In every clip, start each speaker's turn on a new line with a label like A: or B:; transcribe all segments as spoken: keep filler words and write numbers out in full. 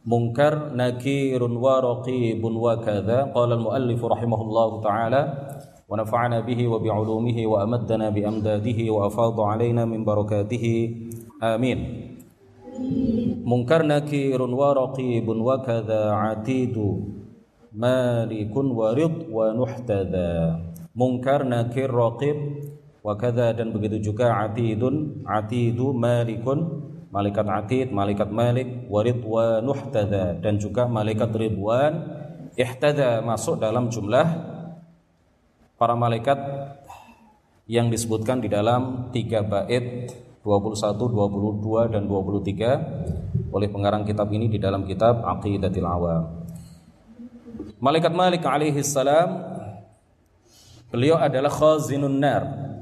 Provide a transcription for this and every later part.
A: munkar, nakirun wa raqibun wa kadza. Qala al-muallif rahimahullahu ta'ala wa nafa'ana bihi wa bi'ulumihi wa amaddana bi amdadihi wa afadha alaina min barakatihi. Amin. Munkar, nakirun wa raqibun wa kadza atidu malikun wa rid wa nuhtada. Munkar, nakir, raqib wa kadza, dan begitu juga atidun, atidu, malikun, malaikat atid, malaikat malik, wa rid wa nuhtada, dan juga malaikat ridwan. Ihtada masuk dalam jumlah para malaikat yang disebutkan di dalam tiga bait dua puluh satu, dua puluh dua dan dua puluh tiga oleh pengarang kitab ini di dalam kitab Aqidatul Awam. Malaikat Malik alaihi salam, beliau adalah khazinun nar.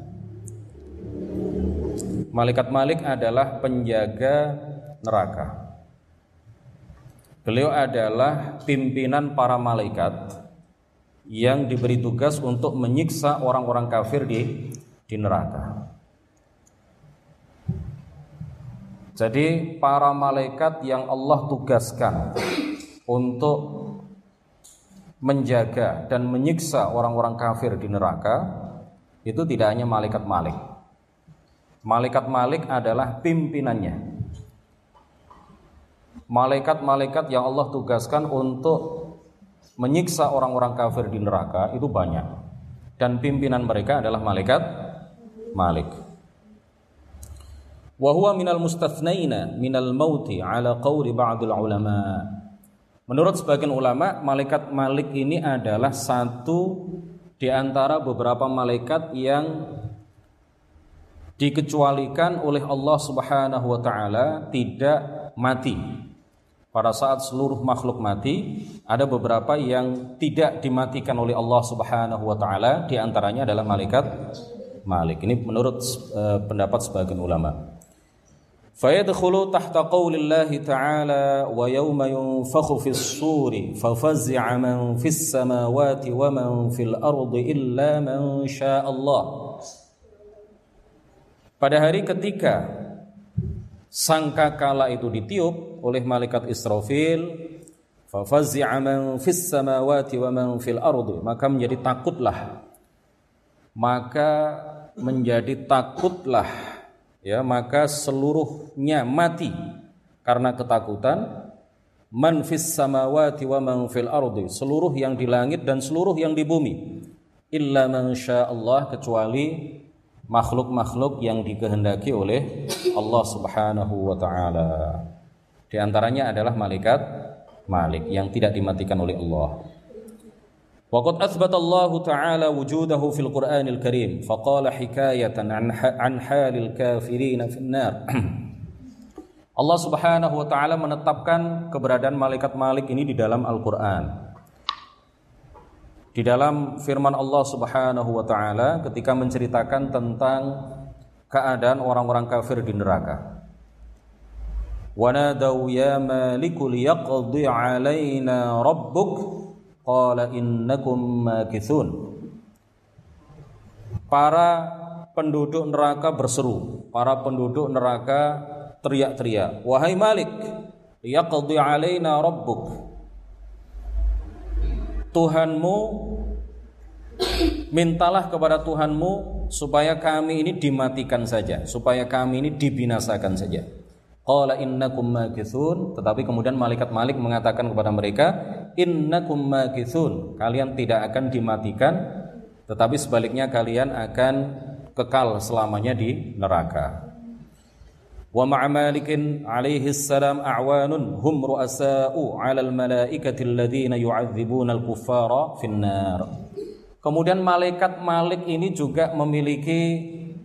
A: Malaikat Malik adalah penjaga neraka. Beliau adalah pimpinan para malaikat yang diberi tugas untuk menyiksa orang-orang kafir di di neraka. Jadi para malaikat yang Allah tugaskan untuk menjaga dan menyiksa orang-orang kafir di neraka itu tidak hanya malaikat Malik. Malaikat Malik adalah pimpinannya. Malaikat-malaikat yang Allah tugaskan untuk menyiksa orang-orang kafir di neraka itu banyak, dan pimpinan mereka adalah malaikat Malik. Wa huwa minal mustathnaina minal mauti ala qawli ba'dil ulama. Menurut sebagian ulama, malaikat Malik ini adalah satu di antara beberapa malaikat yang dikecualikan oleh Allah Subhanahu wa taala tidak mati. Pada saat seluruh makhluk mati, ada beberapa yang tidak dimatikan oleh Allah Subhanahu wa taala, di antaranya adalah malaikat Malik. Ini menurut uh, pendapat sebagian ulama. Fa yadkhulu tahta qaulillahi ta'ala wa yawma yunfakhu fis-suri fa faz'a man fis samawati wa man fil ardi illa man syaa Allah. Pada hari ketika sangkakala itu ditiup oleh malaikat Israfil, fa faz'a man fis samawati wa man fil ardi, maka menjadi takutlah. Maka menjadi takutlah ya, maka seluruhnya mati karena ketakutan. Man fis samawati wa man fil ardi, seluruh yang di langit dan seluruh yang di bumi. Illa man syaa Allah, kecuali makhluk-makhluk yang dikehendaki oleh Allah Subhanahu wa taala. Di antaranya adalah malaikat Malik yang tidak dimatikan oleh Allah. Wa qad athbata Allah taala wujudahu fil Qur'anil Karim faqala hikayatan an an halil kafirin fin nar. Allah Subhanahu wa taala menetapkan keberadaan malaikat Malik ini di dalam Al-Qur'an. Di dalam firman Allah Subhanahu wa taala ketika menceritakan tentang keadaan orang-orang kafir di neraka. Wa nadau ya maliku liyaqdi 'alaina rabbuk qala innakum makithun. Para penduduk neraka berseru, para penduduk neraka teriak-teriak, wahai Malik, liyaqdi 'alaina rabbuk, Tuhanmu, mintalah kepada Tuhanmu supaya kami ini dimatikan saja, supaya kami ini dibinasakan saja. Qala innakum makithun, tetapi kemudian malaikat Malik mengatakan kepada mereka, innakum makithun, kalian tidak akan dimatikan, tetapi sebaliknya kalian akan kekal selamanya di neraka. Wa ma'a Malikin alaihi salam a'wanun hum ru'asa'u 'alal malaikati alladziina yu'adzibuna al-kuffara finnar. Kemudian malaikat Malik ini juga memiliki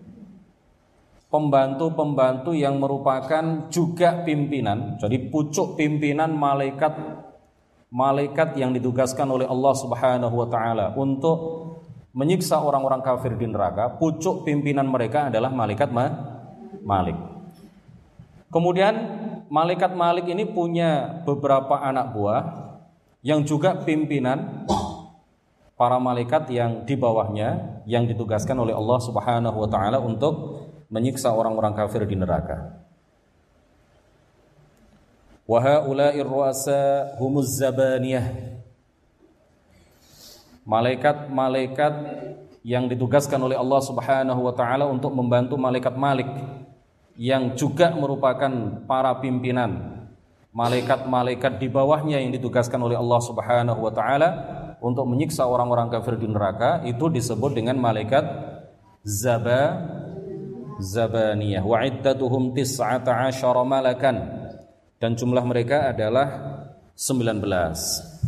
A: pembantu-pembantu yang merupakan juga pimpinan. Jadi pucuk pimpinan malaikat malaikat yang ditugaskan oleh Allah Subhanahu wa taala untuk menyiksa orang-orang kafir di neraka. Pucuk pimpinan mereka adalah malaikat Malik. Kemudian malaikat Malik ini punya beberapa anak buah yang juga pimpinan para malaikat yang di bawahnya yang ditugaskan oleh Allah Subhanahu wa taala untuk menyiksa orang-orang kafir di neraka. Wa haula'ir ru'asa humuz zabaniyah. Malaikat-malaikat yang ditugaskan oleh Allah Subhanahu wa taala untuk membantu malaikat Malik yang juga merupakan para pimpinan malaikat-malaikat di bawahnya yang ditugaskan oleh Allah Subhanahu wa taala untuk menyiksa orang-orang kafir di neraka, itu disebut dengan malaikat Zaba Zabaniyah. Wa iddatuhum tis'ata asyara malakan, dan jumlah mereka adalah sembilan belas.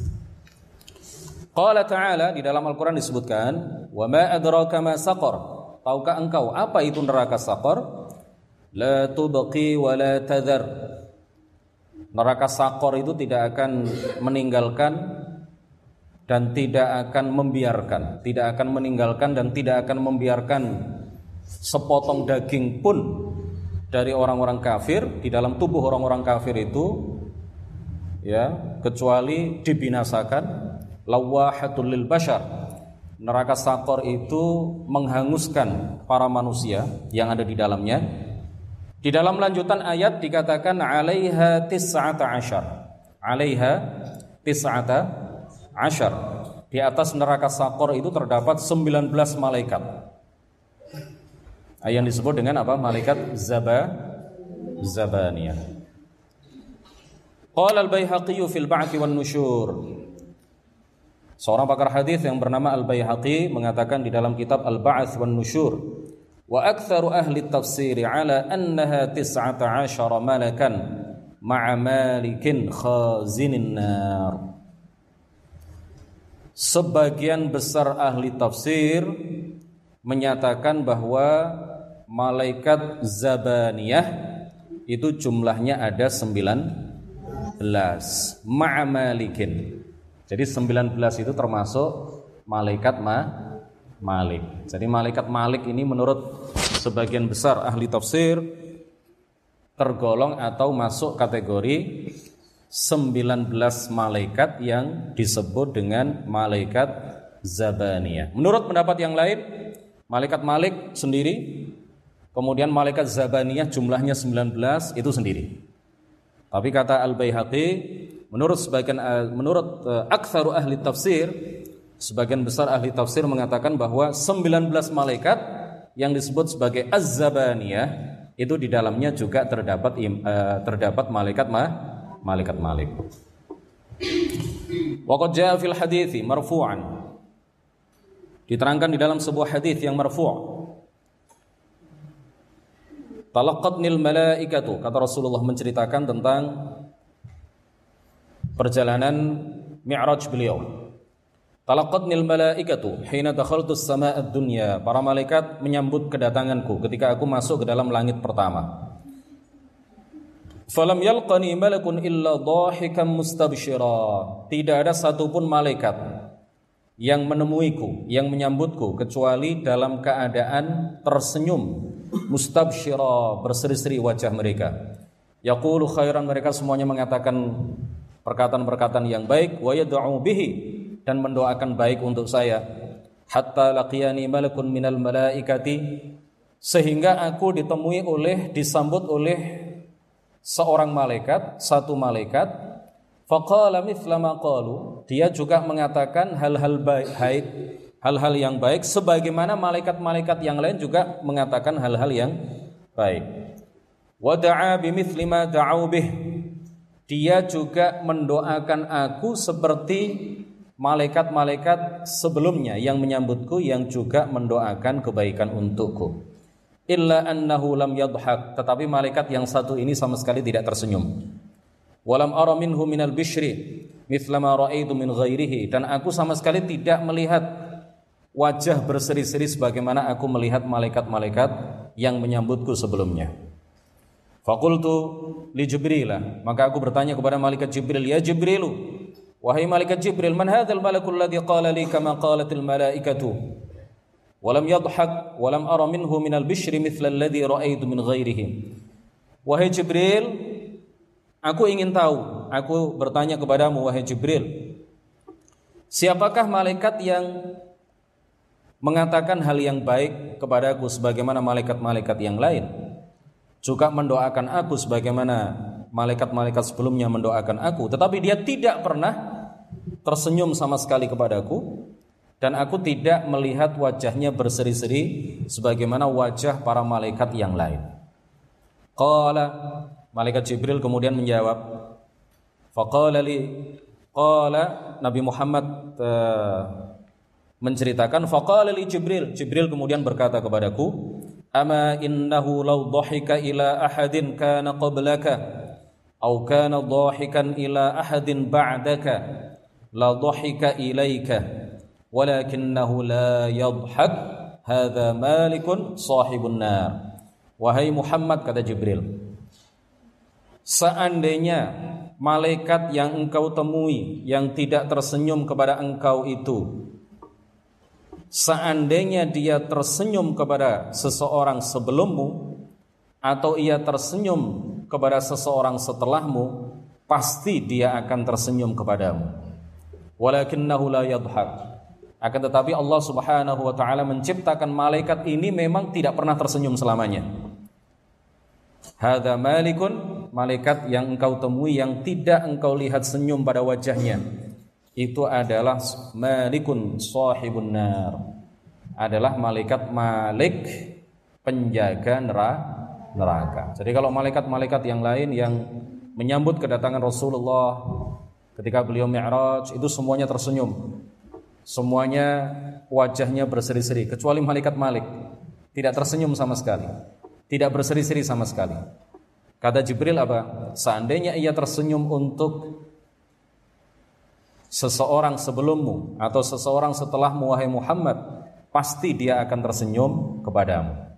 A: Qala ta'ala, di dalam Al-Quran disebutkan, wa ma adraka ma saqar, tahukah engkau apa itu neraka saqar? La tubqi wa la tadhar. Neraka saqar itu tidak akan meninggalkan dan tidak akan membiarkan, tidak akan meninggalkan dan tidak akan membiarkan sepotong daging pun dari orang-orang kafir di dalam tubuh orang-orang kafir itu, ya, kecuali dibinasakan. Lawahatul lil bashar. Neraka saqar itu menghanguskan para manusia yang ada di dalamnya. Di dalam lanjutan ayat dikatakan 'alaiha tis'ata asyar. 'Alaiha tis'ata asyar. Di atas neraka saqar itu terdapat sembilan belas malaikat. Yang disebut dengan apa? Malaikat Zaba Zabaniyah. Qala al-Baihaqi fil ba'ts wan nusyur. Seorang pakar hadis yang bernama Al-Baihaqi mengatakan di dalam kitab Al-Ba'ts wan Nusyur, wa aktsaru ahli tafsir ala annaha tis'ata asyara malakan ma'a malikin khazinin nar. Sebagian besar ahli tafsir menyatakan bahwa malaikat Zabaniyah itu jumlahnya ada sembilan belas, ma'a malikin. Jadi sembilan belas itu termasuk malaikat ma, Malik. Jadi malaikat Malik ini menurut sebagian besar ahli tafsir tergolong atau masuk kategori sembilan belas malaikat yang disebut dengan malaikat Zabaniyah. Menurut pendapat yang lain, malaikat Malik sendiri, kemudian malaikat Zabaniyah jumlahnya sembilan belas itu sendiri. Tapi kata Al-Baihaqi, menurut sebagian menurut uh, aktsaru ahli tafsir, sebagian besar ahli tafsir mengatakan bahwa sembilan belas malaikat yang disebut sebagai Az-Zabaniyah itu di dalamnya juga terdapat uh, terdapat malaikat ma, malaikat Malik. Wa qad jaa fil hadithi marfu'an. Diterangkan di dalam sebuah hadis yang marfu'. Talaqqatnil malaikatu, kata Rasulullah menceritakan tentang perjalanan Mi'raj beliau. Talaqqatnil malaikatu hina dakhaltu as-samaa'a ad-dunya. Para malaikat menyambut kedatanganku ketika aku masuk ke dalam langit pertama. Falam yalqani malakun illa dhahikan mustabshira. Tidak ada satupun malaikat yang menemuiku, yang menyambutku kecuali dalam keadaan tersenyum, mustabshira, berseri-seri wajah mereka. Yaqulu khairan, mereka semuanya mengatakan perkataan-perkataan yang baik, wa yad'u bihi, dan mendoakan baik untuk saya. Hatta laqiyani malakun minal malaikati, sehingga aku ditemui oleh disambut oleh seorang malaikat, satu malaikat. Faqala mithla ma qalu, dia juga mengatakan hal-hal baik, hal-hal yang baik sebagaimana malaikat-malaikat yang lain juga mengatakan hal-hal yang baik. Wa da'a bimithli ma da'u bih, dia juga mendoakan aku seperti malaikat-malaikat sebelumnya yang menyambutku yang juga mendoakan kebaikan untukku. Illa annahu lam yadhhak, tetapi malaikat yang satu ini sama sekali tidak tersenyum. Walam ara minhu minal bishri mithla ma ra'aitu min ghairihi, dan aku sama sekali tidak melihat wajah berseri-seri sebagaimana aku melihat malaikat-malaikat yang menyambutku sebelumnya. Faqultu li Jibril, maka aku bertanya kepada malaikat Jibril, ya Jibrilu, wahai malaikat Jibril, man hadzal malakul ladzi qala li kama qalatil malaikatu walam yadhhak walam ara minhu minal bishri mithla alladzi ra'aitu min ghairihi. Wahai Jibril, aku ingin tahu, aku bertanya kepadamu wahai Jibril, siapakah malaikat yang mengatakan hal yang baik kepadaku sebagaimana malaikat-malaikat yang lain, juga mendoakan aku sebagaimana malaikat-malaikat sebelumnya mendoakan aku, tetapi dia tidak pernah tersenyum sama sekali kepadaku, dan aku tidak melihat wajahnya berseri-seri sebagaimana wajah para malaikat yang lain. Qala, malaikat Jibril kemudian menjawab, faqala li, qala Nabi Muhammad uh, menceritakan, faqala li Jibril, Jibril kemudian berkata kepadaku, ama innahu law dhahika ila ahadin kana qablaka aw kana dhahikan ila ahadin ba'daka la dhahika ilaika walakinnahu la yadhhak hadza malikun sahibun nar. Wahai Muhammad, kata Jibril, seandainya malaikat yang engkau temui yang tidak tersenyum kepada engkau itu, seandainya dia tersenyum kepada seseorang sebelummu atau ia tersenyum kepada seseorang setelahmu, pasti dia akan tersenyum kepadamu. Walakinnahu la yadhhak. Akan tetapi Allah Subhanahu wa taala menciptakan malaikat ini memang tidak pernah tersenyum selamanya. Hadza malikun, malaikat yang engkau temui yang tidak engkau lihat senyum pada wajahnya, itu adalah malikun sahibun nar, adalah malaikat Malik, penjaga neraka. Jadi kalau malaikat-malaikat yang lain yang menyambut kedatangan Rasulullah ketika beliau Mi'raj, itu semuanya tersenyum, semuanya wajahnya berseri-seri, kecuali malaikat Malik tidak tersenyum sama sekali, tidak berseri-seri sama sekali. Kata Jibril apa? Seandainya ia tersenyum untuk seseorang sebelummu atau seseorang setelahmu, wahai Muhammad, pasti dia akan tersenyum kepadamu.